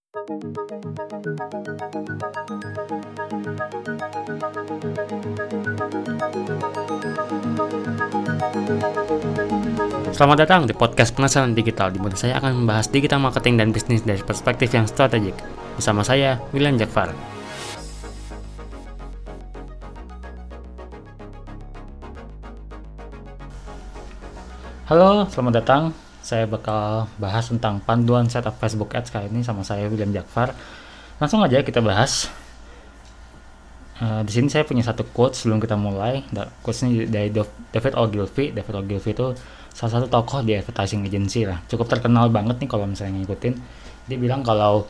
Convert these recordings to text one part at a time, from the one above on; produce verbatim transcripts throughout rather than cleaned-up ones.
Selamat datang di podcast Pengenalan Digital, di mana saya akan membahas digital marketing dan bisnis dari perspektif yang strategik. Bersama saya, William Jakfar. Halo, selamat datang. Saya bakal bahas tentang panduan setup Facebook Ads kali ini sama saya, William Jakfar. Langsung aja kita bahas. Uh, di sini saya punya satu quote sebelum kita mulai. Quotes ini dari David Ogilvy. David Ogilvy itu salah satu tokoh di advertising agency lah, cukup terkenal banget nih kalau misalnya ngikutin. Dia bilang kalau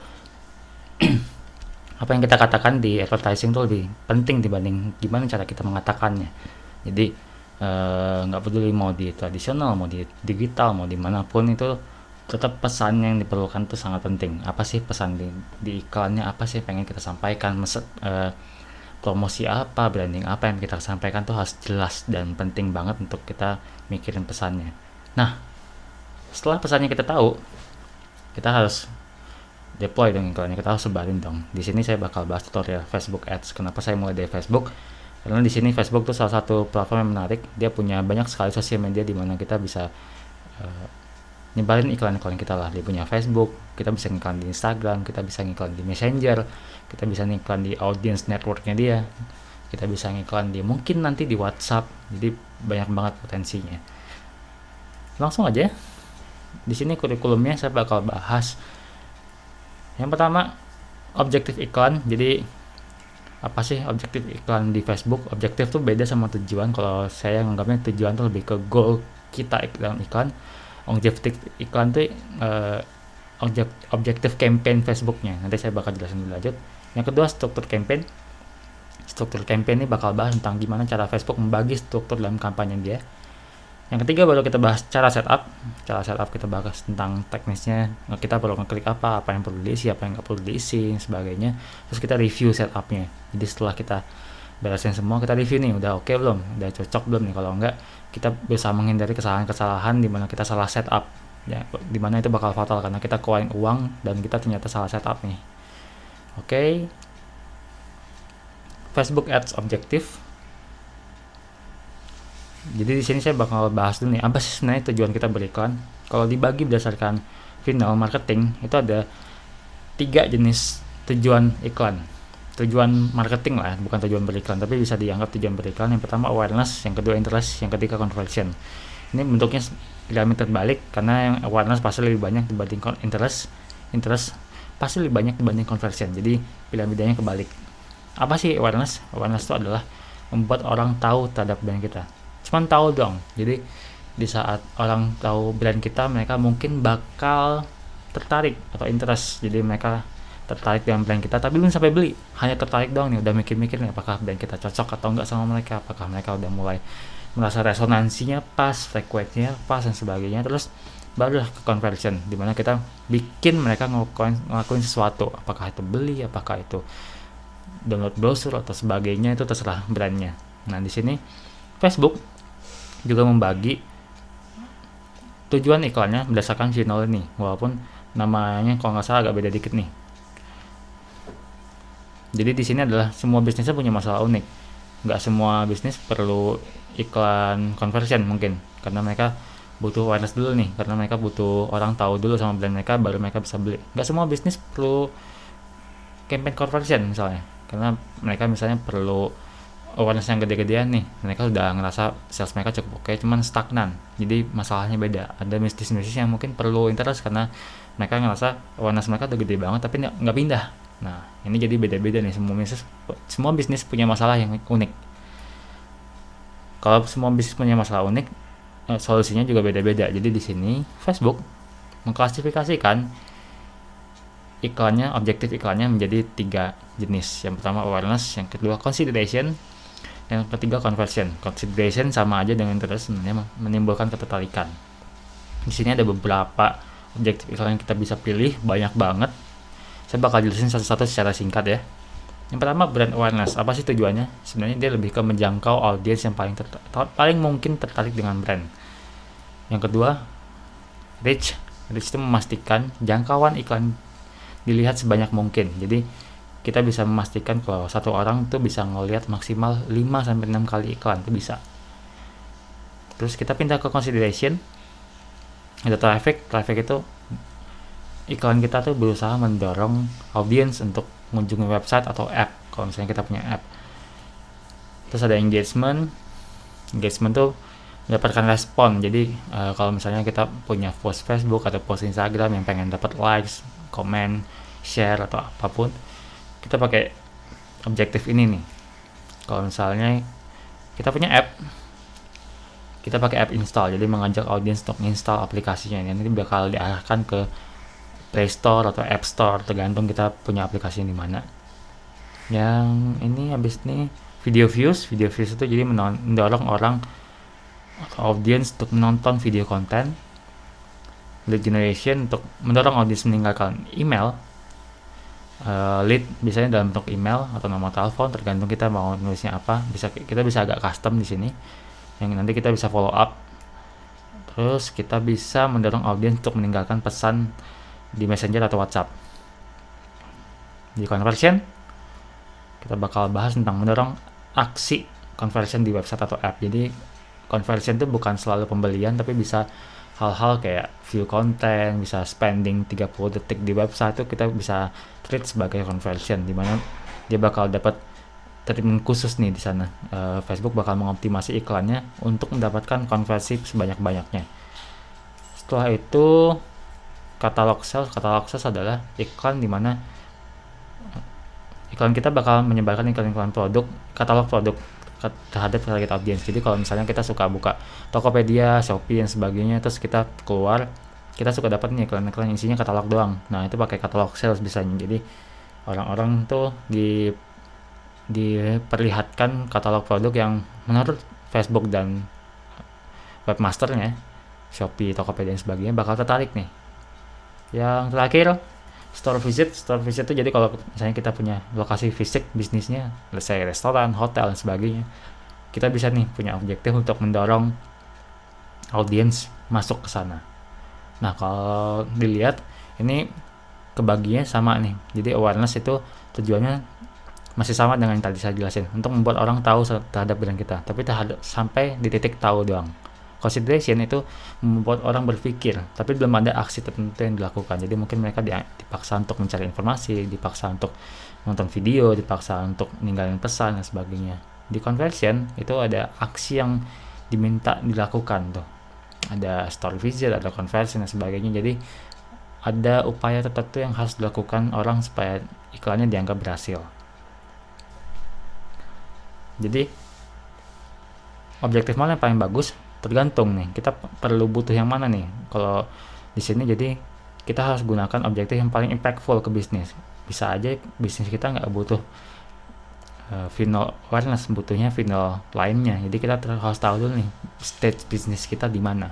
apa yang kita katakan di advertising itu lebih penting dibanding gimana cara kita mengatakannya. Jadi nggak uh, peduli mau di tradisional, mau di digital, mau dimanapun, itu tetap pesan yang diperlukan itu sangat penting. Apa sih pesan di, di iklannya, apa sih pengen kita sampaikan, Mes- uh, promosi apa, branding apa yang kita sampaikan tuh harus jelas dan penting banget untuk kita mikirin pesannya. Nah, setelah pesannya kita tahu, kita harus deploy dong iklannya, kita harus sebarin dong. Di sini saya bakal bahas tutorial Facebook Ads. Kenapa saya mulai dari Facebook? Karena di sini Facebook tuh salah satu platform yang menarik. Dia punya banyak sekali sosial media di mana kita bisa uh, nyebarin iklan-iklan kita lah. Dia punya Facebook, kita bisa ngiklan di Instagram, kita bisa ngiklan di Messenger, kita bisa ngiklan di audience networknya dia, kita bisa ngiklan di mungkin nanti di WhatsApp. Jadi banyak banget potensinya. Langsung aja, di sini kurikulumnya saya bakal bahas. Yang pertama, objektif iklan. Jadi apa sih objektif iklan di Facebook? Objektif tuh beda sama tujuan. Kalau saya nganggapnya tujuan tuh lebih ke goal kita iklan iklan. Objektif iklan tuh uh, objek, objektif campaign Facebooknya. Nanti saya bakal jelasin lebih lanjut. Yang kedua, struktur campaign. Struktur campaign ini bakal bahas tentang gimana cara Facebook membagi struktur dalam kampanye dia. Yang ketiga, baru kita bahas cara setup. Cara setup kita bahas tentang teknisnya. Kita perlu ngeklik apa, apa yang perlu diisi, apa yang nggak perlu diisi, dan sebagainya. Terus kita review setupnya. Jadi setelah kita beresin semua, kita review nih, udah oke okay belum, udah cocok belum nih. Kalau enggak, kita bisa menghindari kesalahan-kesalahan di mana kita salah setup. Ya, di mana itu bakal fatal karena kita keluarin uang dan kita ternyata salah setup nih. Oke. Okay. Facebook Ads objektif. Jadi di sini saya bakal bahas dulu nih, apa sih sebenarnya tujuan kita beriklan. Kalau dibagi berdasarkan funnel marketing, itu ada tiga jenis tujuan iklan. Tujuan marketing lah, bukan tujuan beriklan, tapi bisa dianggap tujuan beriklan. Yang pertama awareness, yang kedua interest, yang ketiga conversion. Ini bentuknya piramid terbalik karena yang awareness pasti lebih banyak dibanding interest. Interest pasti lebih banyak dibanding conversion. Jadi piramidanya kebalik. Apa sih awareness? Awareness itu adalah membuat orang tahu terhadap brand kita. Cuman tahu dong. Jadi di saat orang tahu brand kita, mereka mungkin bakal tertarik atau interest. Jadi mereka tertarik dengan brand kita tapi belum sampai beli, hanya tertarik doang nih, udah mikir-mikir nih apakah brand kita cocok atau enggak sama mereka, apakah mereka udah mulai merasa resonansinya pas, frekuensinya pas dan sebagainya. Terus barulah ke conversion, dimana kita bikin mereka ngelakuin, ngelakuin sesuatu, apakah itu beli, apakah itu download browser atau sebagainya, itu terserah brandnya. Nah di sini Facebook juga membagi tujuan iklannya berdasarkan funnel ini, walaupun namanya kalau nggak salah agak beda dikit nih. Jadi di sini adalah semua bisnisnya punya masalah unik. Nggak semua bisnis perlu iklan conversion mungkin, karena mereka butuh awareness dulu nih, karena mereka butuh orang tahu dulu sama brand mereka, baru mereka bisa beli. Nggak semua bisnis perlu campaign conversion misalnya, karena mereka misalnya perlu awareness yang gede-gedean nih, mereka sudah ngerasa sales mereka cukup oke, okay, cuman stagnan. Jadi masalahnya beda. Ada bisnis-bisnis yang mungkin perlu interest karena mereka ngerasa awareness mereka udah gede banget tapi nggak pindah. Nah ini jadi beda-beda nih, semua bisnis semua bisnis punya masalah yang unik. Kalau semua bisnis punya masalah unik, eh, solusinya juga beda-beda. Jadi di sini Facebook mengklasifikasikan iklannya, objektif iklannya menjadi tiga jenis. Yang pertama awareness, yang kedua consideration, yang ketiga conversion. Consideration sama aja dengan interest, sebenarnya menimbulkan ketertarikan. Di sini ada beberapa objektif iklan yang kita bisa pilih, banyak banget. Saya bakal jelasin satu-satu secara singkat ya. Yang pertama brand awareness. Apa sih tujuannya? Sebenarnya dia lebih ke menjangkau audiens yang paling ter- paling mungkin tertarik dengan brand. Yang kedua reach. Reach itu memastikan jangkauan iklan dilihat sebanyak mungkin. Jadi kita bisa memastikan kalau satu orang tuh bisa ngelihat maksimal lima sampai enam kali iklan itu bisa. Terus kita pindah ke consideration. Ada traffic. Traffic itu iklan kita tuh berusaha mendorong audiens untuk mengunjungi website atau app kalau misalnya kita punya app. Terus ada engagement. Engagement tuh mendapatkan respon. Jadi uh, kalau misalnya kita punya post Facebook atau post Instagram yang pengen dapat likes, komen, share atau apapun, kita pakai objektif ini nih. Kalau misalnya kita punya app, kita pakai app install, jadi mengajak audiens untuk install aplikasinya. Nanti bakal diarahkan ke Play Store atau App Store, tergantung kita punya aplikasi di mana. Yang ini habis nih video views. Video views itu jadi mendorong orang atau audiens untuk menonton video konten. Lead generation untuk mendorong audiens meninggalkan email. Uh, lead biasanya dalam bentuk email atau nomor telepon, tergantung kita mau nulisnya apa. Bisa kita bisa agak custom di sini, yang nanti kita bisa follow up. Terus kita bisa mendorong audiens untuk meninggalkan pesan di Messenger atau WhatsApp. Di conversion, kita bakal bahas tentang mendorong aksi conversion di website atau app. Jadi conversion itu bukan selalu pembelian, tapi bisa hal-hal kayak view konten, bisa spending tiga puluh detik di website, itu kita bisa treat sebagai conversion, dimana dia bakal dapat treatment khusus nih di sana. Uh, Facebook bakal mengoptimasi iklannya untuk mendapatkan konversi sebanyak-banyaknya. Setelah itu Catalog sales. Catalog sales adalah iklan di mana iklan kita bakal menyebarkan iklan-iklan produk, katalog produk terhadap target audience. Jadi kalau misalnya kita suka buka Tokopedia, Shopee dan sebagainya, terus kita keluar, kita suka dapat nih iklan-iklan isinya katalog doang. Nah, itu pakai catalog sales bisanya. Jadi orang-orang tuh di diperlihatkan katalog produk yang menurut Facebook dan webmasternya, Shopee, Tokopedia dan sebagainya bakal tertarik nih. Yang terakhir, store visit. Store visit itu jadi kalau misalnya kita punya lokasi fisik bisnisnya, let's say restoran, hotel dan sebagainya, kita bisa nih punya objektif untuk mendorong audiens masuk ke sana. Nah, kalau dilihat ini kebagiannya sama nih. Jadi awareness itu tujuannya masih sama dengan yang tadi saya jelasin, untuk membuat orang tahu terhadap brand kita, tapi terhadap sampai di titik tahu doang. Consideration itu membuat orang berpikir, tapi belum ada aksi tertentu yang dilakukan. Jadi mungkin mereka dipaksa untuk mencari informasi, dipaksa untuk nonton video, dipaksa untuk ninggalin pesan dan sebagainya. Di conversion itu ada aksi yang diminta dilakukan tuh. Ada store visit, ada conversion dan sebagainya. Jadi ada upaya tertentu yang harus dilakukan orang supaya iklannya dianggap berhasil. Jadi objektif mana yang paling bagus? Tergantung nih, kita perlu butuh yang mana nih. Kalau di sini jadi kita harus gunakan objektif yang paling impactful ke bisnis. Bisa aja bisnis kita nggak butuh uh, final awareness, butuhnya final lainnya. Jadi kita harus tahu dulu nih stage bisnis kita di mana.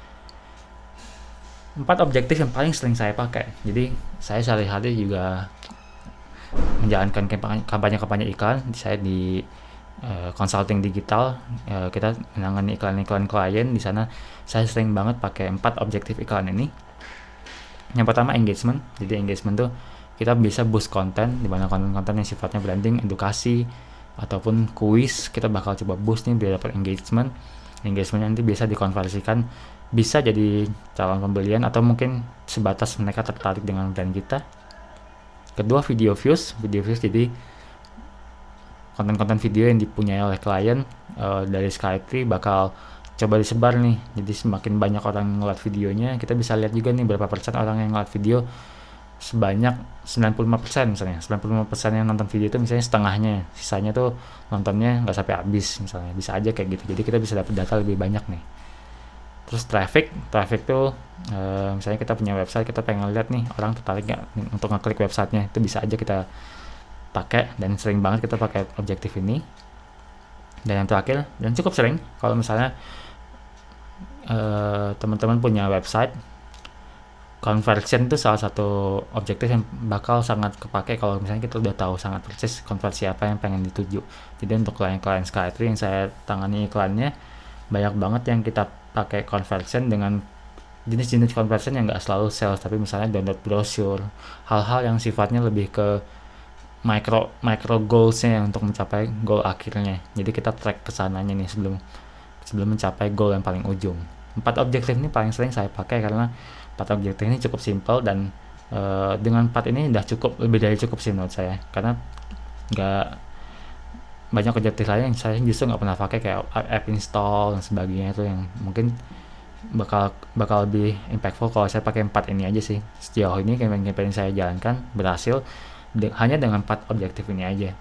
Empat objektif yang paling sering saya pakai. Jadi saya sehari-hari juga menjalankan kampanye-kampanye iklan. Saya di Uh, consulting digital, uh, kita menangani iklan-iklan klien. Di sana saya sering banget pakai empat objektif iklan ini. Yang pertama engagement. Jadi engagement tuh kita bisa boost konten, di mana konten-konten yang sifatnya branding, edukasi ataupun kuis kita bakal coba boost nih biar dapat engagement. Engagement nanti bisa dikonversikan, bisa jadi calon pembelian atau mungkin sebatas mereka tertarik dengan brand kita. Kedua, video views. Video views jadi konten-konten video yang dipunyai oleh klien uh, dari Skytree bakal coba disebar nih. Jadi semakin banyak orang ngeliat videonya, kita bisa lihat juga nih berapa persen orang yang ngeliat video. Sebanyak sembilan puluh lima persen misalnya, sembilan puluh lima persen yang nonton video itu misalnya setengahnya, sisanya tuh nontonnya nggak sampai habis misalnya. Bisa aja kayak gitu, jadi kita bisa dapat data lebih banyak nih. Terus traffic. Traffic tuh uh, misalnya kita punya website, kita pengen lihat nih orang tertarik nggak untuk ngeklik websitenya, itu bisa aja kita pakai, dan sering banget kita pakai objektif ini. Dan yang terakhir, dan cukup sering, kalau misalnya uh, teman-teman punya website, conversion itu salah satu objektif yang bakal sangat kepake kalau misalnya kita udah tahu sangat persis konversi apa yang pengen dituju. Jadi untuk klien-klien Skytree yang saya tangani iklannya, banyak banget yang kita pakai conversion dengan jenis-jenis conversion yang nggak selalu sales, tapi misalnya download brosur, hal-hal yang sifatnya lebih ke micro micro goalsnya untuk mencapai goal akhirnya. Jadi kita track kesananya nih sebelum sebelum mencapai goal yang paling ujung. Empat objektif ini paling sering saya pakai karena empat objektif ini cukup simpel, dan uh, dengan empat ini udah cukup, lebih dari cukup sih menurut saya, karena nggak banyak objektif lain yang saya justru nggak pernah pakai kayak app install dan sebagainya, itu yang mungkin bakal bakal lebih impactful kalau saya pakai empat ini aja sih. Sejauh ini campaign-campaign yang saya jalankan berhasil de- hanya dengan empat objektif ini aja.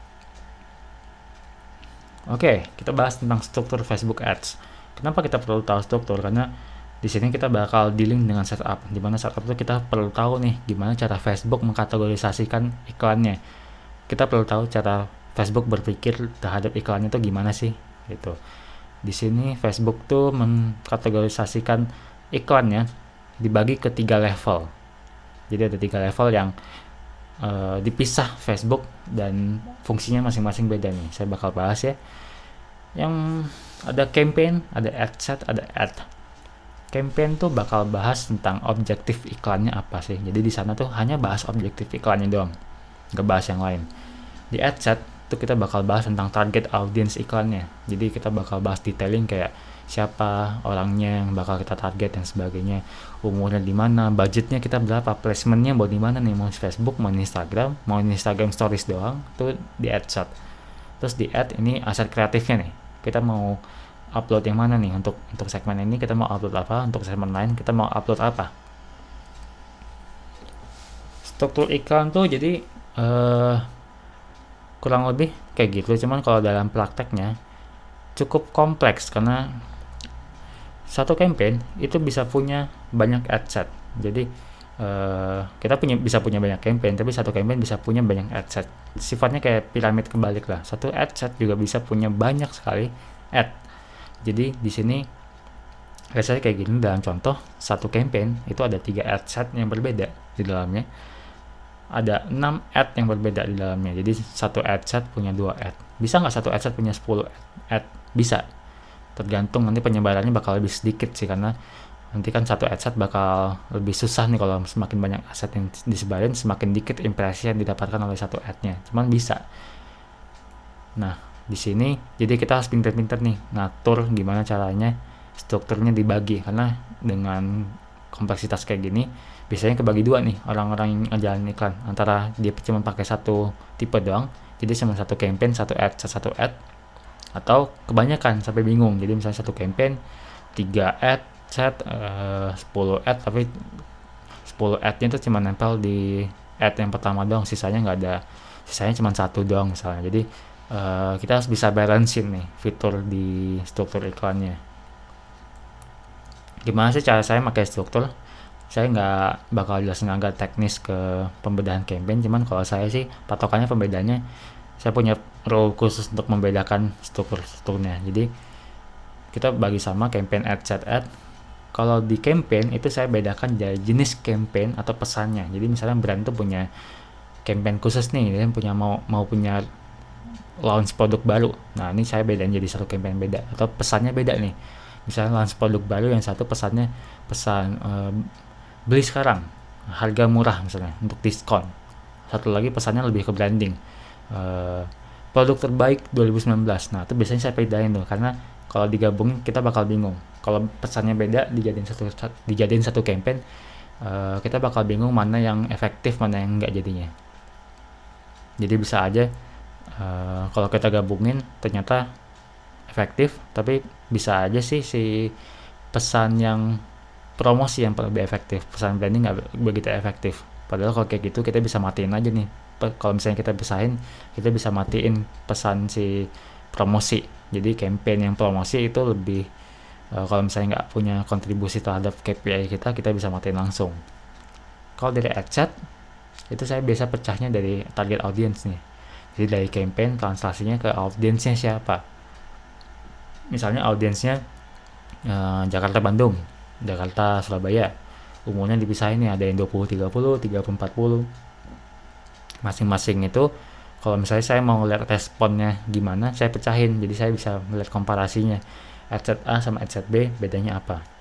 Oke, kita bahas tentang struktur Facebook Ads. Kenapa kita perlu tahu struktur? Karena di sini kita bakal dealing dengan setup, di mana setup itu kita perlu tahu nih gimana cara Facebook mengkategorisasikan iklannya. Kita perlu tahu cara Facebook berpikir terhadap iklannya itu gimana sih, gitu. Di sini Facebook tuh mengkategorisasikan iklannya dibagi ke tiga level. Jadi ada tiga level yang uh, dipisah Facebook, dan fungsinya masing-masing beda nih. Saya bakal bahas ya. Yang ada campaign, ada ad set, ada ad. Campaign tuh bakal bahas tentang objektif iklannya apa sih. Jadi di sana tuh hanya bahas objektif iklannya doang, nggak bahas yang lain. Di ad set itu kita bakal bahas tentang target audience iklannya. Jadi kita bakal bahas detailing kayak siapa orangnya yang bakal kita target dan sebagainya, umurnya di mana, budgetnya kita berapa, placementnya mau di mana nih, mau Facebook, mau Instagram, mau Instagram Stories doang, itu di ad set. Terus di ad ini aset kreatifnya nih, kita mau upload yang mana nih, untuk untuk segmen ini kita mau upload apa, untuk segmen lain kita mau upload apa. Struktur iklan tuh jadi uh, kurang lebih kayak gitu, cuman kalau dalam prakteknya cukup kompleks karena satu campaign itu bisa punya banyak ad set. Jadi uh, kita punya bisa punya banyak campaign, tapi satu campaign bisa punya banyak ad set. Sifatnya kayak piramid kebalik lah. Satu ad set juga bisa punya banyak sekali ad. Jadi di sini rasanya kayak gini dalam contoh, satu campaign itu ada tiga ad set yang berbeda di dalamnya. Ada enam ad yang berbeda di dalamnya. Jadi satu ad set punya dua ad. Bisa nggak satu ad set punya sepuluh ad? Bisa. Tergantung nanti penyebarannya bakal lebih sedikit sih, karena nanti kan satu ad set bakal lebih susah nih kalau semakin banyak aset yang disebarin, semakin dikit impresi yang didapatkan oleh satu ad-nya. Cuman bisa. Nah, di sini jadi kita harus pinter-pinter nih ngatur gimana caranya strukturnya dibagi, karena dengan kompleksitas kayak gini biasanya kebagi dua nih orang-orang yang ngejalanin iklan, antara dia cuma pakai satu tipe doang, jadi cuma satu campaign, satu ad, satu ad, atau kebanyakan sampai bingung. Jadi misalnya satu campaign tiga ad set, uh, sepuluh ad, tapi sepuluh ad-nya itu cuma nempel di ad yang pertama doang, sisanya nggak ada, sisanya cuma satu doang misalnya. Jadi uh, kita harus bisa balancein nih fitur di struktur iklannya. Gimana sih cara saya pakai struktur? Saya nggak bakal jelasin agak teknis ke pembedahan campaign, cuman kalau saya sih patokannya pembedanya, saya punya rule khusus untuk membedakan struktur-strukturnya. Jadi kita bagi sama campaign, ad, set, ad. Kalau di campaign itu saya bedakan dari jenis campaign atau pesannya. Jadi misalnya brand itu punya campaign khusus nih, dia punya mau mau punya launch produk baru. Nah ini saya bedain jadi satu campaign beda, atau pesannya beda nih. Misalnya launch produk baru, yang satu pesannya pesan uh, beli sekarang, harga murah misalnya untuk diskon. Satu lagi pesannya lebih ke branding, uh, produk terbaik dua ribu sembilan belas. Nah itu biasanya saya bedain tuh, karena kalau digabungin kita bakal bingung. Kalau pesannya beda dijadiin satu dijadiin satu campaign, uh, kita bakal bingung mana yang efektif, mana yang enggak jadinya. Jadi bisa aja uh, kalau kita gabungin ternyata efektif, tapi bisa aja sih si pesan yang promosi yang lebih efektif, pesan branding nggak begitu efektif. Padahal kalau kayak gitu kita bisa matiin aja nih. Kalau misalnya kita pisahin, kita bisa matiin pesan si promosi. Jadi campaign yang promosi itu lebih uh, kalau misalnya nggak punya kontribusi terhadap K P I kita, kita bisa matiin langsung. Kalau dari ad set itu saya biasa pecahnya dari target audience nih. Jadi dari campaign translasinya ke audiensnya siapa. Misalnya audiensnya uh, Jakarta Bandung, Jakarta Surabaya, umurnya dipisahin nih, ada yang dua puluh tiga puluh, tiga puluh empat puluh. Masing-masing itu kalau misalnya saya mau lihat responnya gimana, saya pecahin, jadi saya bisa melihat komparasinya ad set A sama ad set B bedanya apa.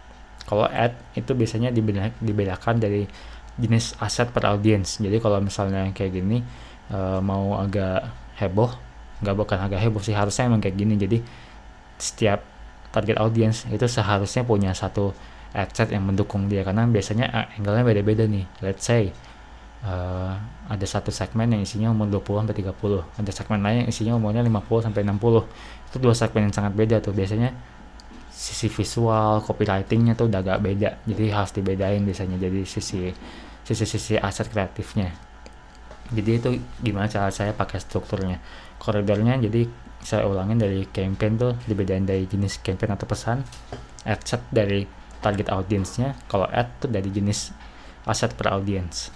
Kalau ad itu biasanya dibeda- dibedakan dari jenis aset per audience. Jadi kalau misalnya kayak gini uh, mau agak heboh, nggak bukan agak heboh sih, harusnya emang kayak gini. Jadi setiap target audience itu seharusnya punya satu ad set yang mendukung dia, karena biasanya angle-nya beda-beda nih. Let's say uh, ada satu segmen yang isinya umur dua puluh sampai tiga puluh, ada segmen lain yang isinya umurnya lima puluh sampai enam puluh. Itu dua segmen yang sangat beda tuh. Biasanya sisi visual, copywritingnya tuh udah agak beda, jadi harus dibedain biasanya. Jadi sisi sisi-sisi aset kreatifnya. Jadi itu gimana cara saya pakai strukturnya, koridornya. Jadi saya ulangin dari campaign tuh dibedain dari jenis campaign atau pesan, ad set dari target audience-nya, kalau ad tuh dari jenis aset per audience.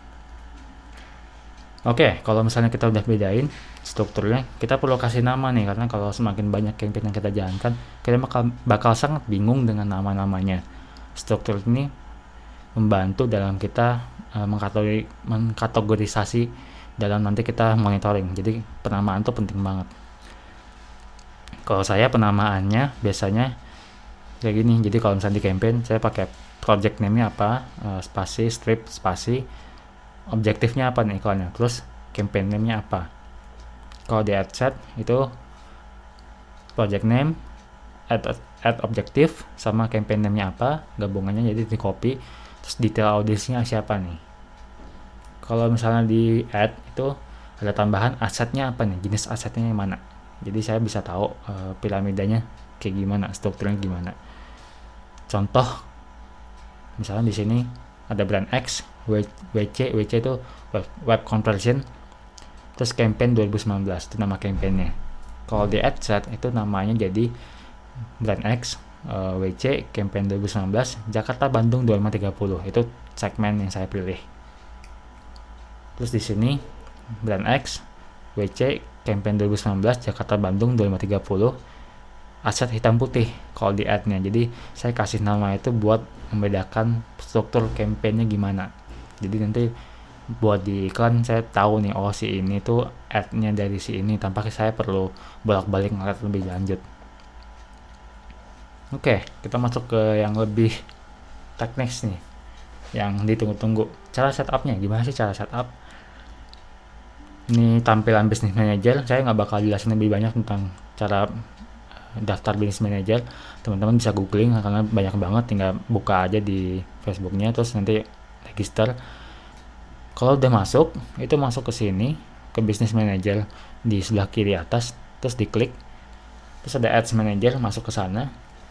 Oke, okay, kalau misalnya kita udah bedain strukturnya, kita perlu kasih nama nih, karena kalau semakin banyak campaign yang kita jalankan, kita bakal, bakal sangat bingung dengan nama-namanya. Struktur ini membantu dalam kita uh, mengkategori, mengkategorisasi dalam nanti kita monitoring. Jadi penamaan itu penting banget. Kalau saya penamaannya biasanya kayak gini. Jadi kalau misalnya di campaign saya pakai project name-nya apa, uh, spasi, strip, spasi, objektifnya apa nih iklannya, terus campaign name-nya apa. Kalau di ad set itu project name, ad, ad objektif, sama campaign name-nya apa, gabungannya jadi di copy, terus detail audiensnya siapa nih. Kalau misalnya di ad itu ada tambahan asetnya apa nih, jenis asetnya yang mana. Jadi saya bisa tahu uh, piramidanya kayak gimana, strukturnya gimana. Contoh misalnya di sini ada brand X, W C, W C itu web, web conversion, terus campaign dua ribu sembilan belas itu nama campaignnya. Kalau di ad set itu namanya jadi brand X, uh, W C, campaign dua ribu sembilan belas, Jakarta Bandung dua puluh lima tiga puluh, itu segmen yang saya pilih. Terus di sini brand X, W C, campaign dua ribu sembilan belas, Jakarta Bandung dua puluh lima tiga puluh, aset hitam putih kalau di ad-nya. Jadi saya kasih nama itu buat membedakan struktur campaign-nya gimana. Jadi nanti buat di iklan saya tahu nih, oh si ini tuh ad-nya dari si ini, tanpa saya perlu bolak-balik ngeliat lebih lanjut. Oke, kita masuk ke yang lebih teknis nih, yang ditunggu-tunggu. Cara setup-nya gimana sih cara setup? Ini tampilan Business Manager. Saya nggak bakal jelasin lebih banyak tentang cara daftar Business Manager. Teman-teman bisa googling karena banyak banget, tinggal buka aja di Facebooknya terus nanti register. Kalau udah masuk, itu masuk ke sini, ke Business Manager di sebelah kiri atas, terus diklik, terus ada Ads Manager, masuk ke sana.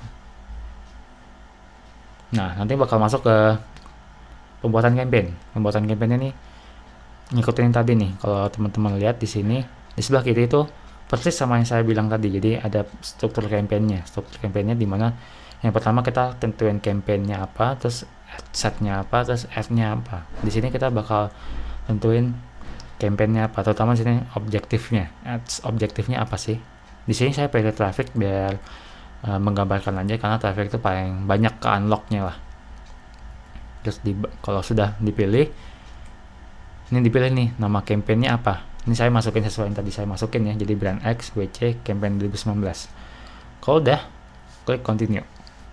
Nah, nanti bakal masuk ke pembuatan campaign. Pembuatan campaign ini ngikutin tadi nih. Kalau teman-teman lihat di sini, di sebelah kiri itu persis sama yang saya bilang tadi. Jadi ada struktur campaign-nya. Struktur campaign-nya di mana yang pertama kita tentuin campaign-nya apa, terus set-nya apa, terus ad-nya apa. Di sini kita bakal tentuin campaign-nya apa, terutama di sini objektifnya. Ads objektifnya apa sih? Di sini saya pilih traffic biar uh, menggambarkan aja, karena traffic itu paling banyak ke unlock-nya lah. Terus di, kalau sudah dipilih, ini dipilih nih nama campaign-nya apa. Ini saya masukin sesuai yang tadi saya masukin ya. Jadi brand X, W C, campaign dua ribu sembilan belas. Kalau udah, klik continue.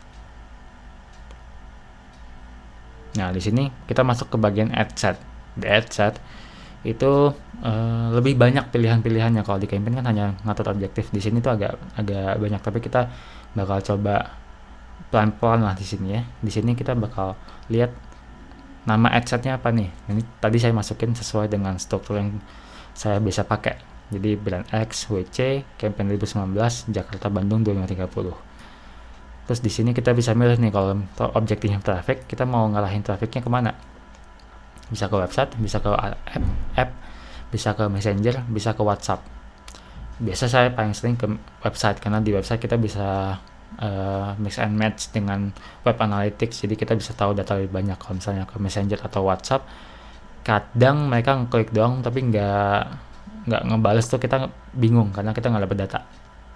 Nah, di sini kita masuk ke bagian ad set. Di ad set itu uh, lebih banyak pilihan-pilihannya. Kalau di campaign kan hanya ngatur objektif. Di sini tuh agak agak banyak, tapi kita bakal coba pelan-pelan lah di sini ya. Di sini kita bakal lihat nama ad setnya apa nih. Ini tadi saya masukin sesuai dengan struktur yang saya bisa pakai. Jadi brand X, W C, campaign dua ribu sembilan belas, Jakarta Bandung dua puluh lima tiga puluh. Terus di sini kita bisa milih nih, kalau objektifnya traffic, kita mau ngarahin trafficnya kemana. Bisa ke website, bisa ke app, app, bisa ke messenger, bisa ke WhatsApp. Biasa saya paling sering ke website, karena di website kita bisa uh, mix and match dengan web analytics. Jadi kita bisa tahu data lebih banyak. Kalau misalnya ke messenger atau WhatsApp, kadang mereka ngeklik doang tapi nggak nggak ngebales tuh, kita bingung karena kita nggak dapat data.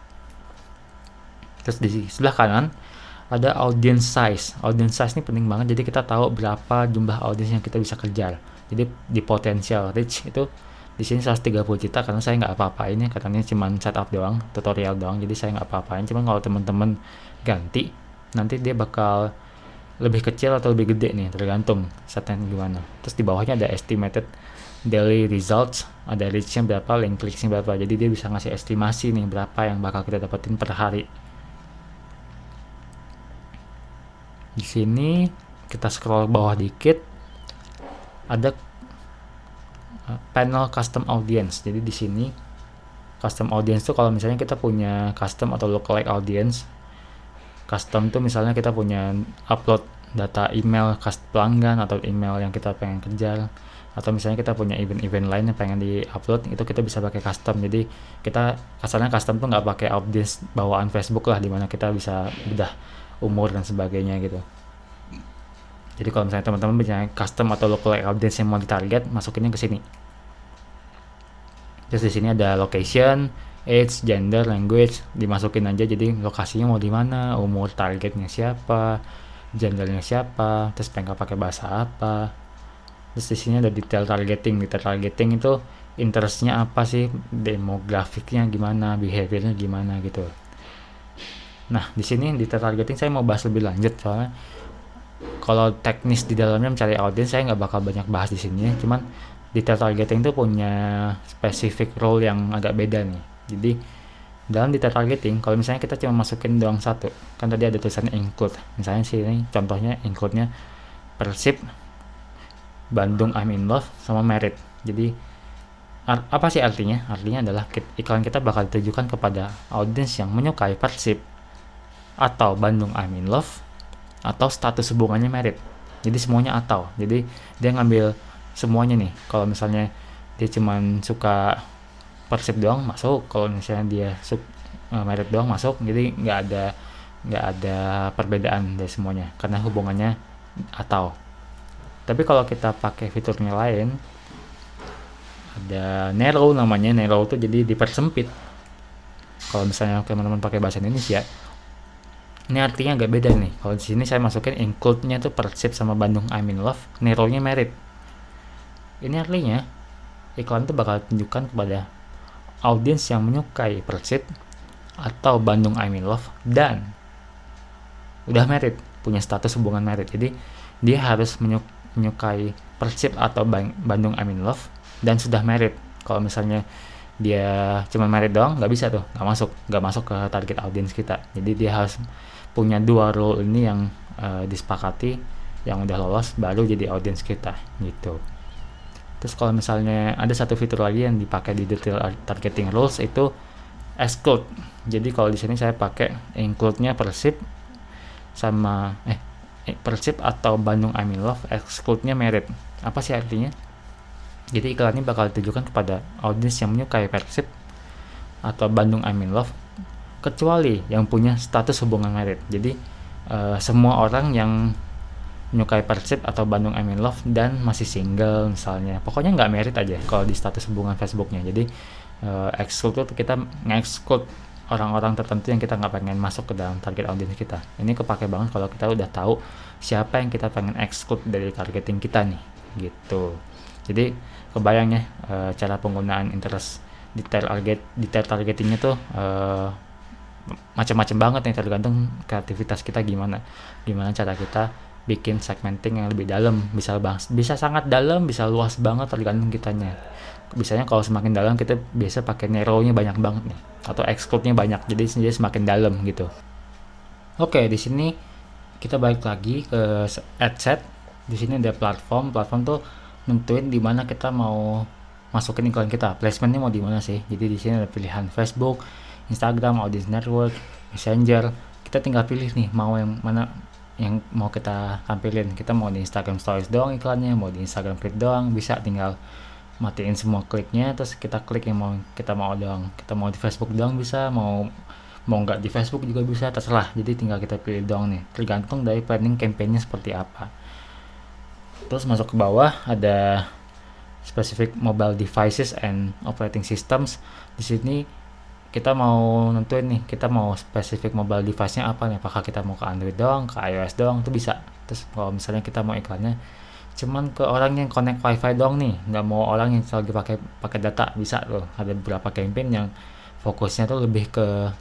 Terus di sebelah kanan ada audience size. Audience size ini penting banget, jadi kita tahu berapa jumlah audience yang kita bisa kejar. Jadi di potential reach itu di sini seratus tiga puluh juta, karena saya nggak apa-apain ya, katanya cuma setup doang, tutorial doang, jadi saya nggak apa-apain. Cuman kalau teman-teman ganti, nanti dia bakal lebih kecil atau lebih gede nih, tergantung setnya gimana. Terus di bawahnya ada estimated daily results, ada reach-nya berapa, link clicks-nya berapa. Jadi dia bisa ngasih estimasi nih berapa yang bakal kita dapetin per hari. Di sini kita scroll bawah dikit, ada panel custom audience. Jadi di sini custom audience tuh kalau misalnya kita punya custom atau lookalike audience. Custom tuh misalnya kita punya upload data email custom pelanggan atau email yang kita pengen kejar, atau misalnya kita punya event-event lain yang pengen di-upload, itu kita bisa pakai custom. Jadi kita kasarnya custom tuh nggak pakai audience bawaan Facebook lah, dimana kita bisa bedah umur dan sebagainya gitu. Jadi kalau misalnya teman-teman punya custom atau lookalike audience yang mau ditarget, masukinnya ke sini. Terus di sini ada location, age, gender, language, dimasukin aja. Jadi lokasinya mau di mana, umur targetnya siapa, gendernya siapa, terus pengen pakai bahasa apa. Terus di sini ada detail targeting. Detail targeting itu interestnya apa sih, demografiknya gimana, behaviornya gimana gitu. Nah, di sini detail targeting saya mau bahas lebih lanjut, soalnya kalau teknis di dalamnya mencari audiens saya nggak bakal banyak bahas di sini ya. Cuman detail targeting itu punya specific role yang agak beda nih. Jadi dalam detail targeting, kalau misalnya kita cuma masukin doang satu, kan tadi ada tulisannya include. Misalnya sini contohnya include-nya Persib, Bandung I'm in love, sama merit. Jadi ar- apa sih artinya? Artinya adalah kit- iklan kita bakal ditujukan kepada audiens yang menyukai Persib atau Bandung I'm in love atau status hubungannya merit. Jadi semuanya atau. Jadi dia ngambil semuanya nih. Kalau misalnya dia cuman suka Persib doang masuk, kalau misalnya dia suka uh, merit doang masuk. Jadi nggak ada nggak ada perbedaan dari semuanya karena hubungannya atau. Tapi kalau kita pakai fiturnya lain, ada narrow namanya. Narrow tuh jadi dipersempit. Kalau misalnya teman-teman pakai bahasa Indonesia, ini artinya agak beda nih. Kalau di sini saya masukin include-nya tuh Persib sama Bandung I'm in love, narrow-nya merit. Ini artinya iklan itu bakal tunjukkan kepada audiens yang menyukai Persib atau Bandung I'm in love dan udah merit, punya status hubungan merit. Jadi dia harus menyuk- menyukai Persib atau Bandung I'm in love dan sudah merit. Kalau misalnya dia cuma merit doang, nggak bisa tuh, nggak masuk, nggak masuk ke target audiens kita. Jadi dia harus punya dua role ini yang uh, disepakati, yang udah lolos baru jadi audiens kita gitu. Terus kalau misalnya ada satu fitur lagi yang dipakai di detail targeting rules itu exclude. Jadi kalau di sini saya pakai include-nya Persib sama eh Persib atau Bandung I'm in love, exclude-nya merit. Apa sih artinya? Jadi iklan ini bakal ditujukan kepada audiens yang menyukai Persib atau Bandung I'm in love kecuali yang punya status hubungan merit. Jadi uh, semua orang yang menyukai Persib atau Bandung I'm in love dan masih single misalnya, pokoknya nggak merit aja kalau di status hubungan Facebooknya. Jadi uh, exclude itu kita nge-exclude orang-orang tertentu yang kita nggak pengen masuk ke dalam target audiens kita. Ini kepake banget kalau kita udah tahu siapa yang kita pengen exclude dari targeting kita nih gitu. Jadi kebayangnya uh, cara penggunaan interest detail target detail targetingnya tuh uh, macam-macam banget nih, tergantung kreativitas kita gimana gimana cara kita bikin segmenting yang lebih dalam. Bisa bang, bisa sangat dalam, bisa luas banget, tergantung kitanya. Biasanya kalau semakin dalam kita biasa pakai narrow-nya banyak banget nih, atau exclude-nya banyak, jadi dia semakin dalam gitu. Oke, di sini kita balik lagi ke ad set. Di sini ada platform. Platform tuh nentuin di mana kita mau masukin iklan kita. Placementnya mau di mana sih? Jadi di sini ada pilihan Facebook, Instagram, Audience Network, Messenger. Kita tinggal pilih nih mau yang mana yang mau kita tampilin. Kita mau di Instagram Stories doang iklannya, mau di Instagram Feed doang, bisa tinggal matiin semua kliknya, terus kita klik yang mau kita mau doang. Kita mau di Facebook doang bisa, mau mau nggak di Facebook juga bisa, terserah. Jadi tinggal kita pilih doang nih, tergantung dari planning campaign-nya seperti apa. Terus masuk ke bawah ada specific mobile devices and operating systems. Di sini kita mau nentuin nih, kita mau spesifik mobile device-nya apa nih, apakah kita mau ke Android doang, ke iOS doang, itu bisa. Terus kalau misalnya kita mau iklannya cuman ke orang yang connect wifi doang nih, nggak mau orang yang lagi pakai pakai data, bisa tuh. Ada beberapa campaign yang fokusnya tuh lebih ke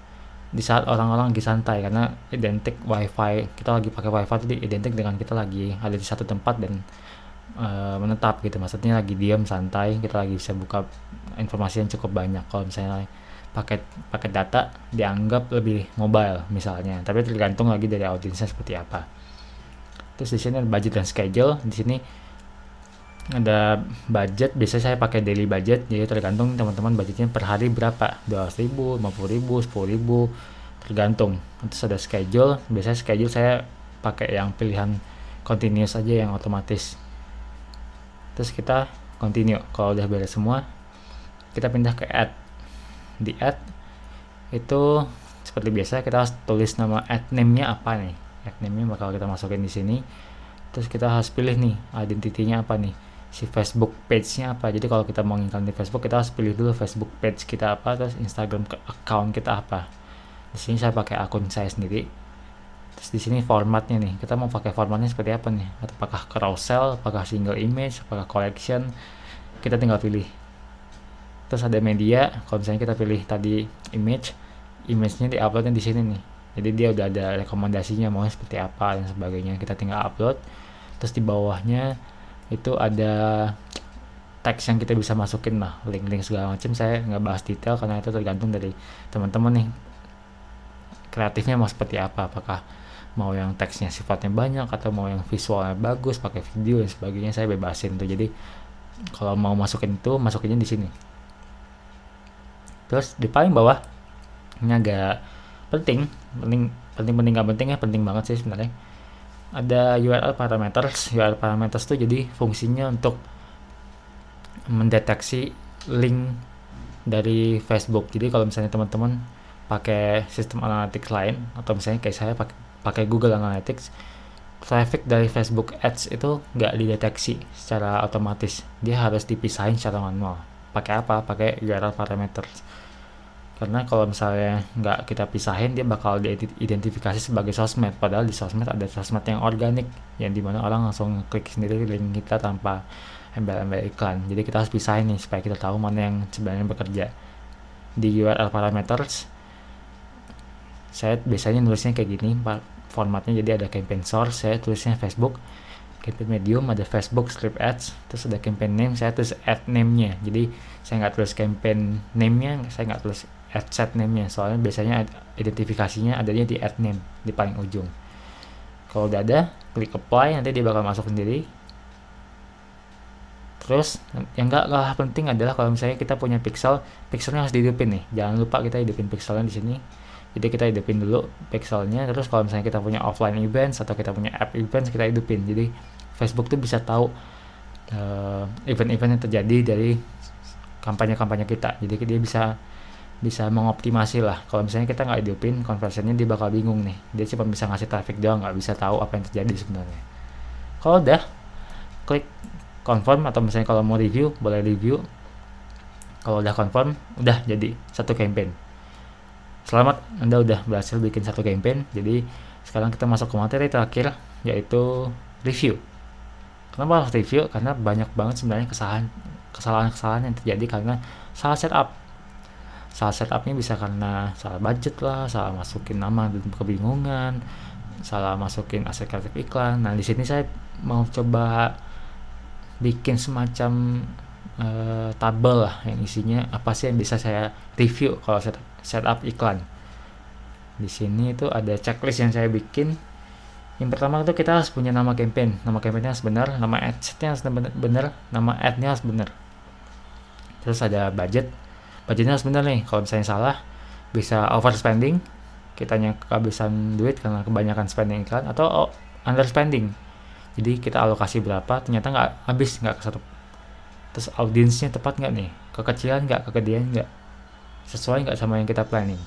di saat orang-orang lagi santai, karena identik wifi, kita lagi pakai wifi itu identik dengan kita lagi ada di satu tempat dan uh, menetap gitu, maksudnya lagi diam santai, kita lagi bisa buka informasi yang cukup banyak. Kalau misalnya paket paket data dianggap lebih mobile misalnya, tapi tergantung lagi dari audiensnya seperti apa. Terus di sini ada budget dan schedule. Di sini ada budget, biasanya saya pakai daily budget, jadi tergantung teman-teman budgetnya per hari berapa, dua ratus ribu, lima puluh ribu, sepuluh ribu, tergantung. Terus ada schedule, biasanya schedule saya pakai yang pilihan continuous aja, yang otomatis. Terus kita continue. Kalau udah beres semua, kita pindah ke add. Di add itu seperti biasa kita harus tulis nama ad name-nya apa nih. Ad name-nya bakal kita masukin di sini. Terus kita harus pilih nih identity-nya apa nih, si Facebook page-nya apa. Jadi kalau kita mau ngiklan di Facebook, kita harus pilih dulu Facebook page kita apa, terus Instagram account kita apa. Di sini saya pakai akun saya sendiri. Terus di sini formatnya nih, kita mau pakai formatnya seperti apa nih, apakah carousel, apakah single image, apakah collection, kita tinggal pilih. Terus ada media, kalau misalnya kita pilih tadi image, image-nya di-uploadnya di sini nih. Jadi dia udah ada rekomendasinya mau seperti apa dan sebagainya, kita tinggal upload. Terus di bawahnya itu ada teks yang kita bisa masukin lah, link-link segala macam. Saya nggak bahas detail karena itu tergantung dari teman-teman nih, kreatifnya mau seperti apa, apakah mau yang teksnya sifatnya banyak atau mau yang visualnya bagus pakai video dan sebagainya, saya bebasin tuh. Jadi kalau mau masukin itu, masukinnya di sini. Terus di paling bawah ini agak penting, penting penting penting nggak penting ya, penting banget sih sebenarnya. Ada U R L parameters. U R L parameters itu jadi fungsinya untuk mendeteksi link dari Facebook. Jadi kalau misalnya teman-teman pakai sistem analytics lain, atau misalnya kayak saya pakai pakai Google Analytics, traffic dari Facebook Ads itu nggak dideteksi secara otomatis, dia harus dipisahin secara manual. Pakai apa? Pakai U R L parameters. Karena kalau misalnya nggak kita pisahin, dia bakal diidentifikasi sebagai sosmed, padahal di sosmed ada sosmed yang organik, yang dimana orang langsung klik sendiri link kita tanpa embel-embel iklan. Jadi kita harus pisahin nih supaya kita tahu mana yang sebenarnya bekerja. Di U R L parameters saya biasanya nulisnya kayak gini formatnya, jadi ada campaign source, saya tulisnya Facebook, campaign medium ada Facebook strip ads, terus ada campaign name, saya tulis ad name-nya. Jadi saya nggak tulis campaign name-nya, saya nggak tulis ad set name-nya, soalnya biasanya identifikasinya adanya di ad name di paling ujung. Kalau udah ada, klik apply, nanti dia bakal masuk sendiri. Terus yang nggak kalah penting adalah kalau misalnya kita punya pixel, pixelnya harus dihidupin nih, jangan lupa kita hidupin pixelnya di sini. Jadi kita hidupin dulu pixelnya, terus kalau misalnya kita punya offline events atau kita punya app events, kita hidupin. Jadi Facebook tuh bisa tahu uh, event-event yang terjadi dari kampanye-kampanye kita. Jadi dia bisa bisa mengoptimasi lah. Kalau misalnya kita nggak hidupin, conversionnya dia bakal bingung nih. Dia cuma bisa ngasih traffic doang, nggak bisa tahu apa yang terjadi sebenarnya. Kalau udah, klik confirm, atau misalnya kalau mau review, boleh review. Kalau udah confirm, udah jadi satu campaign. Selamat, Anda udah berhasil bikin satu campaign. Jadi sekarang kita masuk ke materi terakhir, yaitu review. Kenapa harus review? Karena banyak banget sebenarnya kesalahan kesalahan-kesalahan yang terjadi karena salah setup. Salah setupnya bisa karena salah budget lah, salah masukin nama dan kebingungan, salah masukin aset kreatif iklan. Nah di sini saya mau coba bikin semacam uh, tabel lah yang isinya apa sih yang bisa saya review kalau setup, setup iklan. Di sini itu ada checklist yang saya bikin. Yang pertama itu kita harus punya nama campaign, nama campaignnya harus benar, nama adsetnya harus benar, nama adnya harus benar. Terus ada budget. Budgetnya harus benar nih, kalau misalnya salah bisa overspending, kitanya kehabisan duit karena kebanyakan spending iklan, atau underspending, jadi kita alokasi berapa ternyata nggak habis, nggak ke satu. Terus audiensnya tepat nggak nih, kekecilan nggak, kegedean nggak, sesuai nggak sama yang kita planning.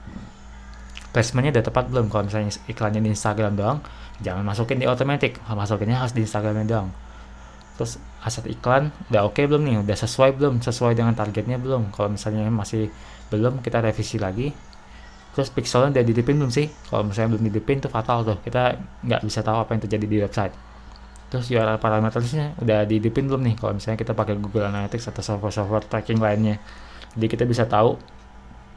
Placementnya udah tepat belum? Kalau misalnya iklannya di Instagram doang, jangan masukin di automatic, masukinnya harus di Instagramnya doang. Terus aset iklan udah oke okay belum nih, udah sesuai belum, sesuai dengan targetnya belum. Kalau misalnya masih belum, kita revisi lagi. Terus pixelnya udah dihidupin belum sih? Kalau misalnya belum dihidupin tuh fatal tuh, kita nggak bisa tahu apa yang terjadi di website. Terus U R L parametersnya udah dihidupin belum nih, kalau misalnya kita pakai Google Analytics atau software-software tracking lainnya. Jadi kita bisa tahu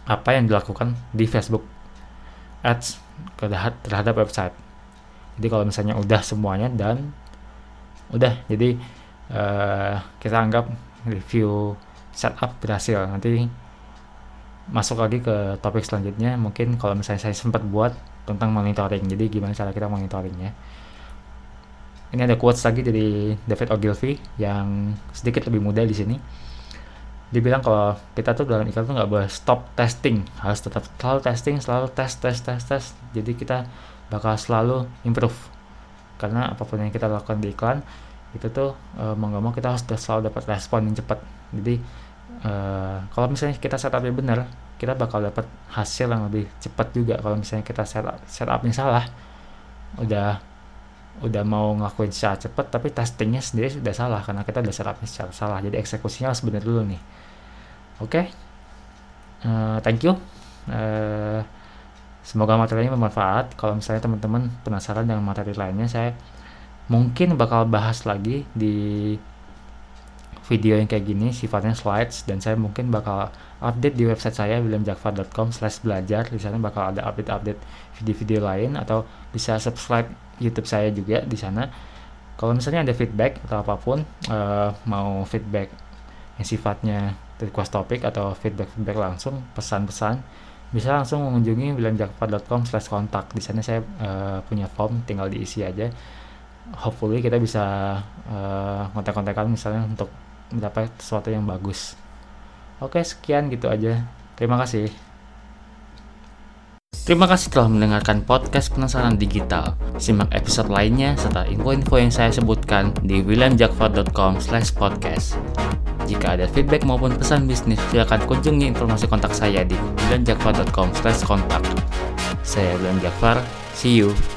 apa yang dilakukan di Facebook Ads terhadap website. Jadi kalau misalnya udah semuanya dan udah, jadi uh, kita anggap review setup berhasil. Nanti masuk lagi ke topik selanjutnya, mungkin kalau misalnya saya sempat buat tentang monitoring. Jadi gimana cara kita monitoringnya. Ini ada quotes lagi dari David Ogilvy yang sedikit lebih muda di sini. Dia bilang kalau kita tuh dalam iklan tuh nggak boleh stop testing, harus tetap selalu testing, selalu tes, tes, tes, tes. Jadi kita bakal selalu improve. Karena apapun yang kita lakukan di iklan itu tuh e, mau nggak mau kita harus selalu dapat respon yang cepat. Jadi e, kalau misalnya kita setupnya benar, kita bakal dapat hasil yang lebih cepat juga. Kalau misalnya kita setup setupnya salah, udah udah mau ngelakuin secara cepat tapi testingnya sendiri sudah salah karena kita udah setupnya secara salah. Jadi eksekusinya harus benar dulu nih. Oke, okay. uh, thank you. Uh, semoga materinya bermanfaat. Kalau misalnya teman-teman penasaran dengan materi lainnya, saya mungkin bakal bahas lagi di video yang kayak gini, sifatnya slides, dan saya mungkin bakal update di website saya william jakfar dot com slash belajar. Di sana bakal ada update-update video-video lain, atau bisa subscribe YouTube saya juga di sana. Kalau misalnya ada feedback atau apapun, uh, mau feedback yang sifatnya request topik atau feedback-feedback langsung, pesan-pesan, bisa langsung mengunjungi william jakfar dot com slash kontak. Di sana saya uh, punya form, tinggal diisi aja. Hopefully kita bisa uh, kontak-kontakan misalnya untuk mendapat sesuatu yang bagus. Oke, sekian gitu aja. Terima kasih. Terima kasih telah mendengarkan podcast Penasaran Digital. Simak episode lainnya serta info-info yang saya sebutkan di william jakfar dot com slash podcast. Jika ada feedback maupun pesan bisnis, silakan kunjungi informasi kontak saya di william jakfar dot com slash kontak. Saya William Jakfar, see you.